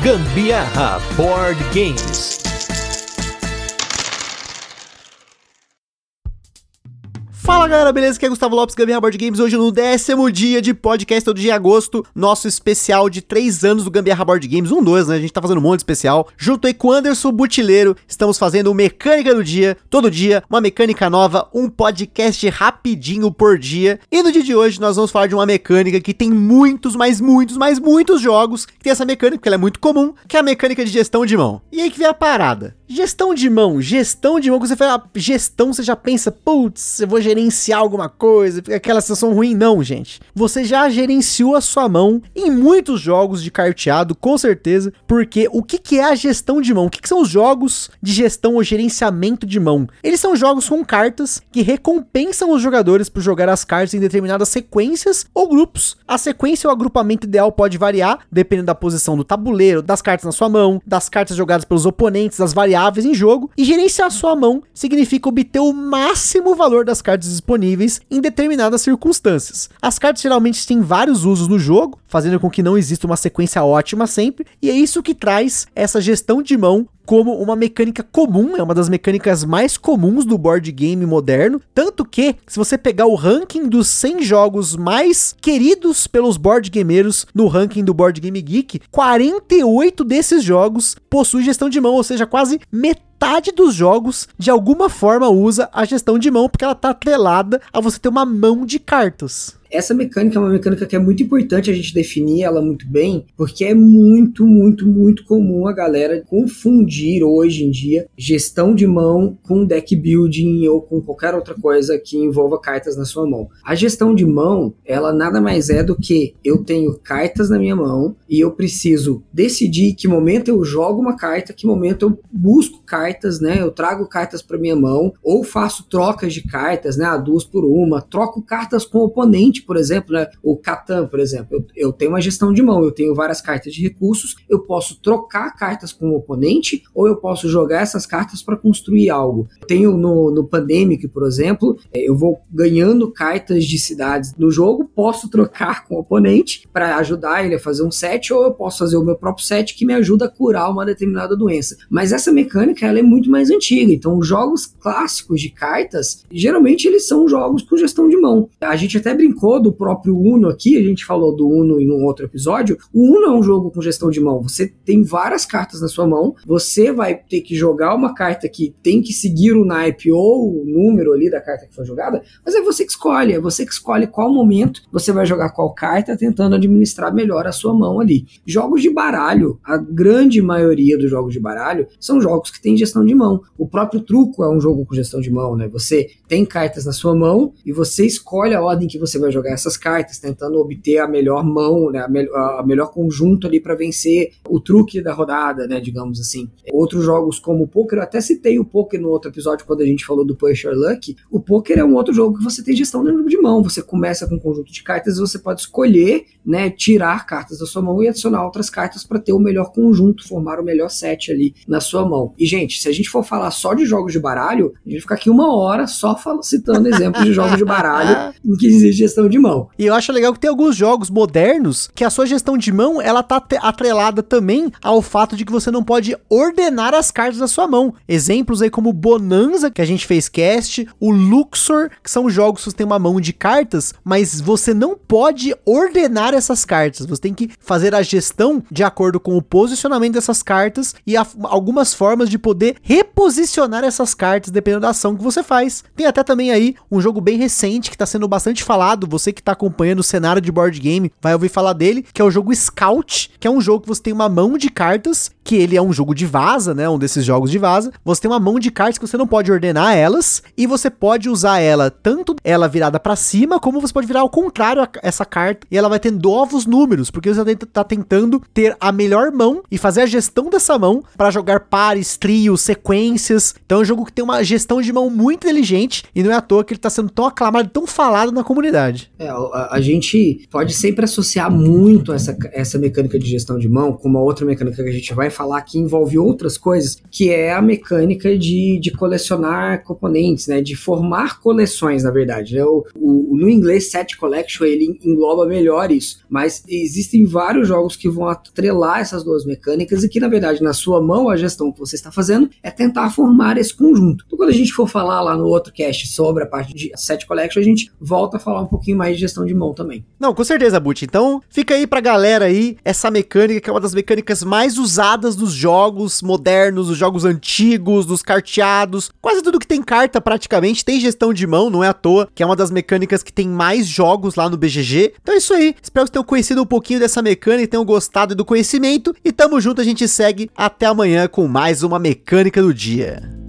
Gambiarra Board Games. Fala galera, beleza? Aqui é Gustavo Lopes, Gambiarra Board Games, hoje no 10º dia de podcast, todo dia de agosto, nosso especial de 3 anos do Gambiarra Board Games, 2, né? A gente tá fazendo um monte de especial, junto aí com o Anderson Butileiro, estamos fazendo o Mecânica do Dia, todo dia, uma mecânica nova, um podcast rapidinho por dia, e no dia de hoje nós vamos falar de uma mecânica que tem muitos jogos que tem essa mecânica, porque ela é muito comum, que é a mecânica de gestão de mão. E aí que vem a parada. Gestão de mão, quando você fala gestão, você já pensa, putz, eu vou gerenciar alguma coisa, fica aquela sensação ruim. Não, gente. Você já gerenciou a sua mão em muitos jogos de carteado, com certeza, porque o que é a gestão de mão? O que são os jogos de gestão ou gerenciamento de mão? Eles são jogos com cartas que recompensam os jogadores por jogar as cartas em determinadas sequências ou grupos. A sequência ou agrupamento ideal pode variar, dependendo da posição do tabuleiro, das cartas na sua mão, das cartas jogadas pelos oponentes, das variáveis em jogo, e gerenciar sua mão significa obter o máximo valor das cartas disponíveis em determinadas circunstâncias. As cartas geralmente têm vários usos no jogo, fazendo com que não exista uma sequência ótima sempre, e é isso que traz essa gestão de mão como uma mecânica comum, é uma das mecânicas mais comuns do board game moderno, tanto que, se você pegar o ranking dos 100 jogos mais queridos pelos board gameiros no ranking do Board Game Geek, 48 desses jogos possuem gestão de mão, ou seja, quase metade dos jogos de alguma forma usa a gestão de mão, porque ela está atrelada a você ter uma mão de cartas. Essa mecânica é uma mecânica que é muito importante a gente definir ela muito bem, porque é muito comum a galera confundir hoje em dia gestão de mão com deck building ou com qualquer outra coisa que envolva cartas na sua mão. A gestão de mão, ela nada mais é do que eu tenho cartas na minha mão e eu preciso decidir que momento eu jogo uma carta, que momento eu busco cartas, né? Eu trago cartas para minha mão ou faço trocas de cartas, né? 2 por 1, troco cartas com o oponente, por exemplo, né? O Catan, por exemplo, eu tenho uma gestão de mão, eu tenho várias cartas de recursos, eu posso trocar cartas com o oponente ou eu posso jogar essas cartas para construir algo. Eu tenho no Pandemic, por exemplo, eu vou ganhando cartas de cidades no jogo, posso trocar com o oponente para ajudar ele a fazer um set, ou eu posso fazer o meu próprio set que me ajuda a curar uma determinada doença. Mas essa mecânica, ela é muito mais antiga, então os jogos clássicos de cartas, geralmente eles são jogos com gestão de mão. A gente até brincou do próprio Uno aqui, a gente falou do Uno em um outro episódio. O Uno é um jogo com gestão de mão, você tem várias cartas na sua mão, você vai ter que jogar uma carta que tem que seguir o naipe ou o número ali da carta que foi jogada, mas é você que escolhe qual momento você vai jogar qual carta, tentando administrar melhor a sua mão ali. Jogos de baralho, a grande maioria dos jogos de baralho são jogos que têm gestão de mão. O próprio truco é um jogo com gestão de mão, né? Você tem cartas na sua mão e você escolhe a ordem que você vai jogar essas cartas, tentando obter a melhor mão, né, a melhor conjunto ali para vencer o truque da rodada, né, digamos assim. Outros jogos como o poker, eu até citei o poker no outro episódio quando a gente falou do Push or Luck. O poker é um outro jogo que você tem gestão de mão, você começa com um conjunto de cartas e você pode escolher, né, tirar cartas da sua mão e adicionar outras cartas para ter o melhor conjunto, formar o melhor set ali na sua mão. E gente, se a gente for falar só de jogos de baralho, a gente vai ficar aqui 1 hora só citando exemplos de jogos de baralho em que existe gestão de mão. E eu acho legal que tem alguns jogos modernos que a sua gestão de mão, ela tá atrelada também ao fato de que você não pode ordenar as cartas da sua mão. Exemplos aí como Bonanza, que a gente fez cast, o Luxor, que são jogos que você tem uma mão de cartas, mas você não pode ordenar essas cartas. Você tem que fazer a gestão de acordo com o posicionamento dessas cartas e algumas formas de poder reposicionar essas cartas dependendo da ação que você faz. Tem até também aí um jogo bem recente que tá sendo bastante falado, você que tá acompanhando o cenário de board game vai ouvir falar dele, que é o jogo Scout, que é um jogo que você tem uma mão de cartas, que ele é um jogo de vaza, né, um desses jogos de vaza. Você tem uma mão de cartas que você não pode ordenar elas, e você pode usar ela, tanto ela virada pra cima, como você pode virar ao contrário essa carta, e ela vai ter novos números, porque você tá tentando ter a melhor mão e fazer a gestão dessa mão para jogar pares, trios, sequências. Então é um jogo que tem uma gestão de mão muito inteligente, e não é à toa que ele tá sendo tão aclamado, tão falado na comunidade. verdade. A gente pode sempre associar muito essa mecânica de gestão de mão com uma outra mecânica que a gente vai falar que envolve outras coisas, que é a mecânica de colecionar componentes, né? De formar coleções, na verdade, né? No inglês, set collection, ele engloba melhor isso, mas existem vários jogos que vão atrelar essas duas mecânicas e que, na verdade, na sua mão, a gestão que você está fazendo é tentar formar esse conjunto. Então, quando a gente for falar lá no outro cast sobre a parte de set collection, a gente volta a falar um pouquinho mais de gestão de mão também. Não, com certeza, Buti. Então, fica aí pra galera aí, essa mecânica que é uma das mecânicas mais usadas dos jogos modernos, dos jogos antigos, dos carteados, quase tudo que tem carta praticamente tem gestão de mão, não é à toa, que é uma das mecânicas que tem mais jogos lá no BGG. Então é isso aí, espero que tenham conhecido um pouquinho dessa mecânica e tenham gostado do conhecimento, e tamo junto, a gente segue até amanhã com mais uma mecânica do dia.